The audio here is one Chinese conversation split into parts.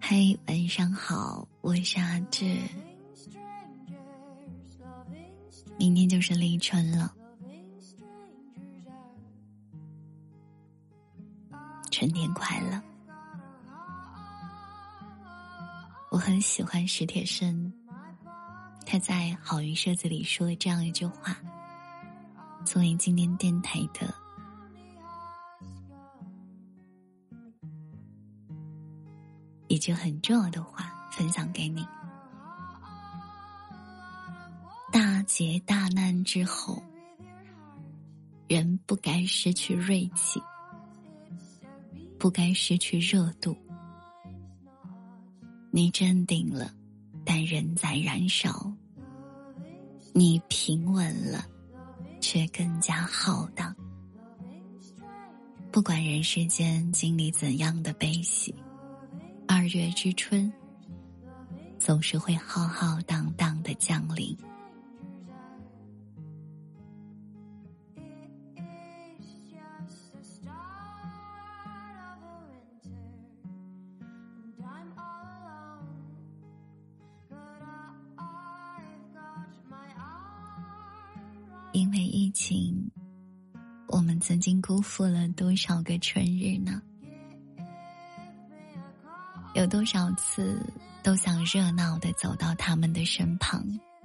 嗨，晚上好，我是阿志。明天就是立春了，春天快乐。我很喜欢史铁生，他在好运社子里说了这样一句话，作为今天电台的一句很重要的话分享给你。大劫大难之后，人不该失去锐气，不该失去热度。你镇定了，但仍在燃烧；你平稳了，却更加浩荡。不管人世间经历怎样的悲喜，2月之春总是会浩浩荡荡地降临。因为疫情，我们曾经辜负了多少个春日呢？有多少次都想热闹地走到他们的身旁。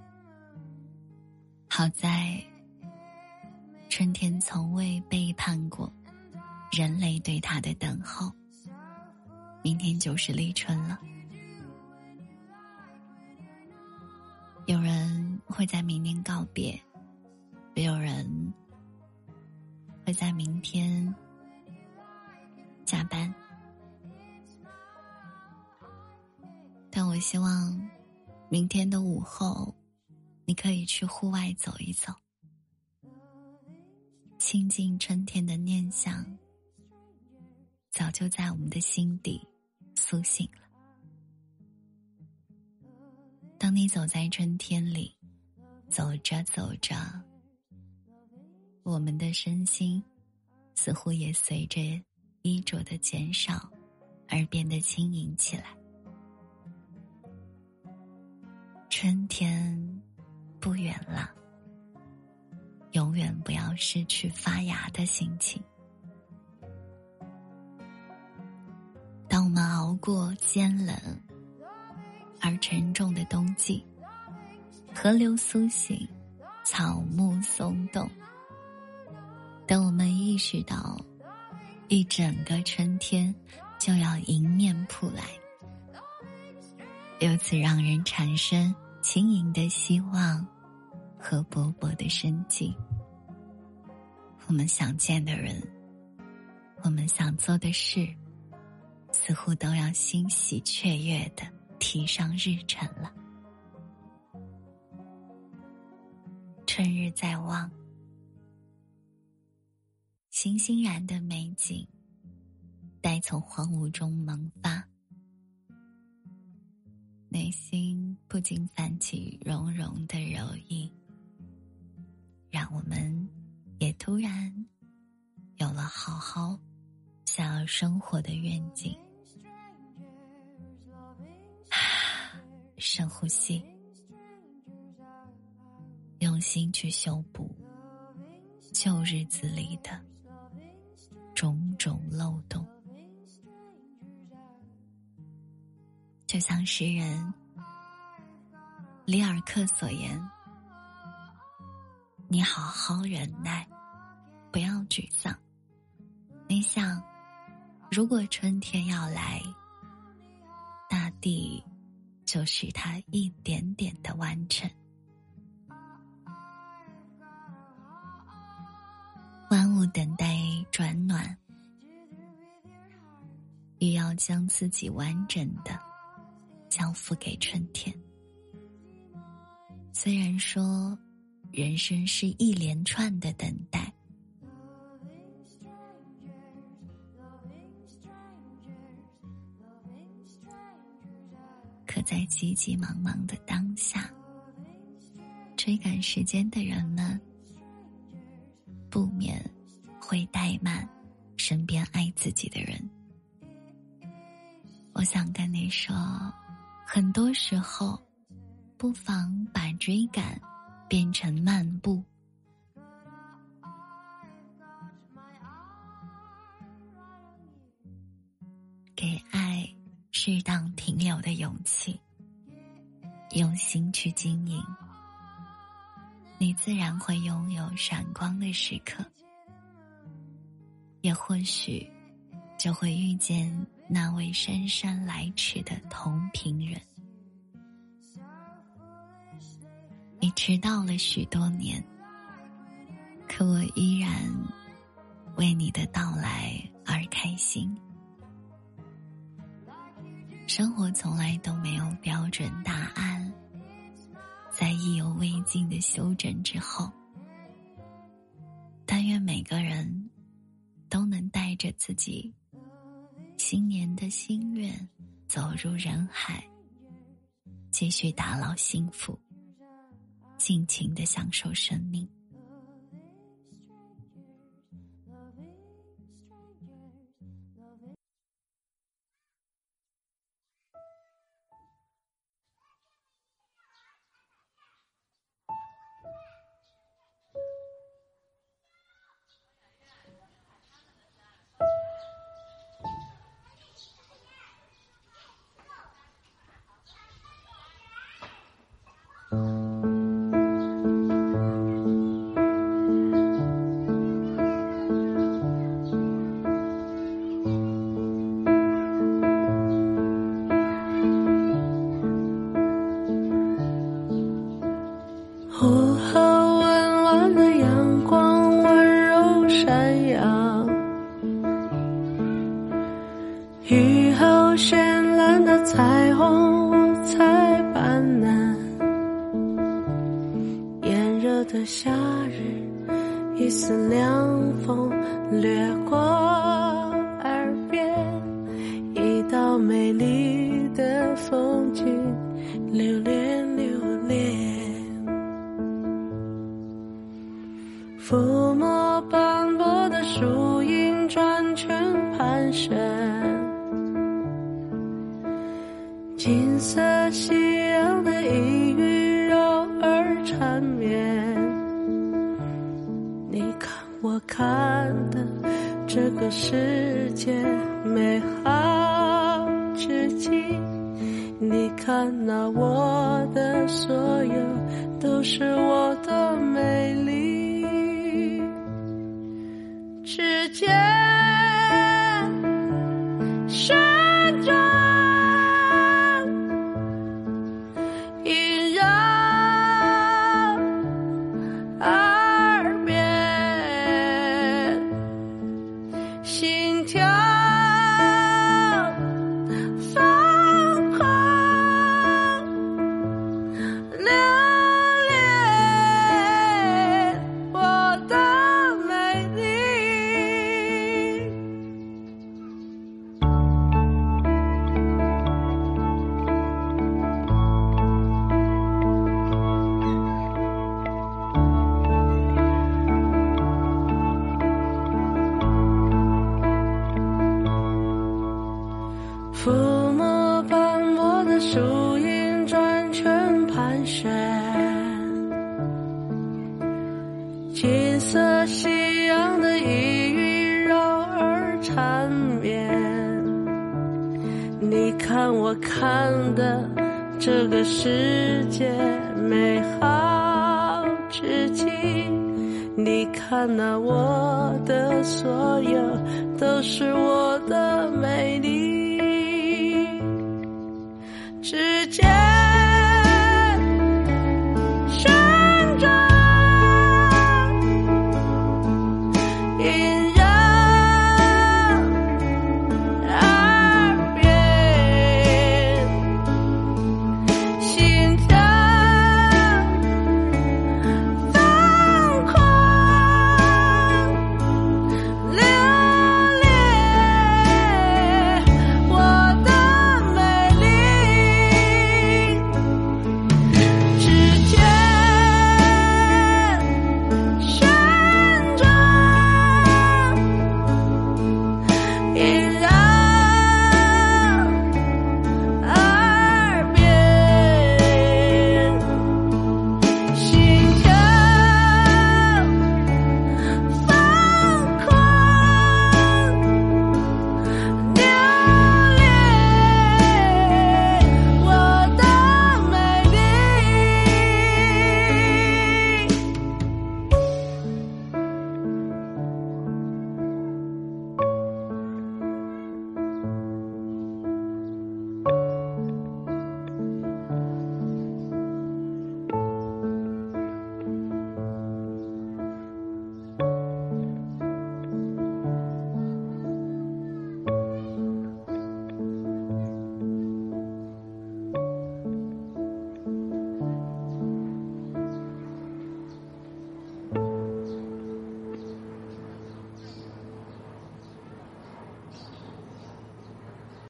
好在春天从未背叛过人类对它的等候。明天就是立春了，有人会在明年告别，也有人会在明天加班，但我希望明天的午后你可以去户外走一走，亲近春天的念想早就在我们的心底苏醒了。当你走在春天里，走着走着，我们的身心似乎也随着衣着的减少而变得轻盈起来。春天不远了，永远不要失去发芽的心情。当我们熬过艰冷而沉重的冬季，河流苏醒，草木松动，当我们意识到一整个春天就要迎面扑来，由此让人产生轻盈的希望和勃勃的生机。我们想见的人，我们想做的事，似乎都要欣喜雀跃地提上日程了。春日在望，欣欣然的美景待从荒芜中萌发，内心不禁泛起融融的柔意，让我们也突然有了好好想要生活的愿景。深呼吸，用心去修补旧日子里的种种漏洞。就像诗人里尔克所言，你好好忍耐，不要沮丧。你想，如果春天要来，大地就使它一点点的完成。万物等待转暖，也要将自己完整的交付给春天。虽然说人生是一连串的等待，可在急急忙忙的当下，追赶时间的人们不免会怠慢身边爱自己的人。 我想跟你说，很多时候不妨把追赶变成漫步，给爱适当停留的勇气，用心去经营，你自然会拥有闪光的时刻，也或许就会遇见那位姗姗来迟的同频人。你迟到了许多年，可我依然为你的到来而开心。生活从来都没有标准答案，在意犹未尽的修正之后，但愿每个人都能带着自己新年的心愿走入人海，继续打捞幸福，尽情地享受生命。 午后温暖的阳光温柔闪耀，雨后绚烂的彩虹五彩斑斓，炎热的夏日，一丝凉风掠过耳边，一道美丽的风景留恋留恋。抚摸斑驳的树影转圈盘旋，金色夕阳的一羽柔而缠绵。你看我看的这个世界美好至极，你看那我的所有都是我的美丽。指尖旋转，萦绕耳边，心跳疯狂留恋我的美丽。抚摸斑驳的树影转圈盘旋，金色夕阳的一羽柔而缠绵。你看我看的这个世界美好至极，你看那我的所有都是我的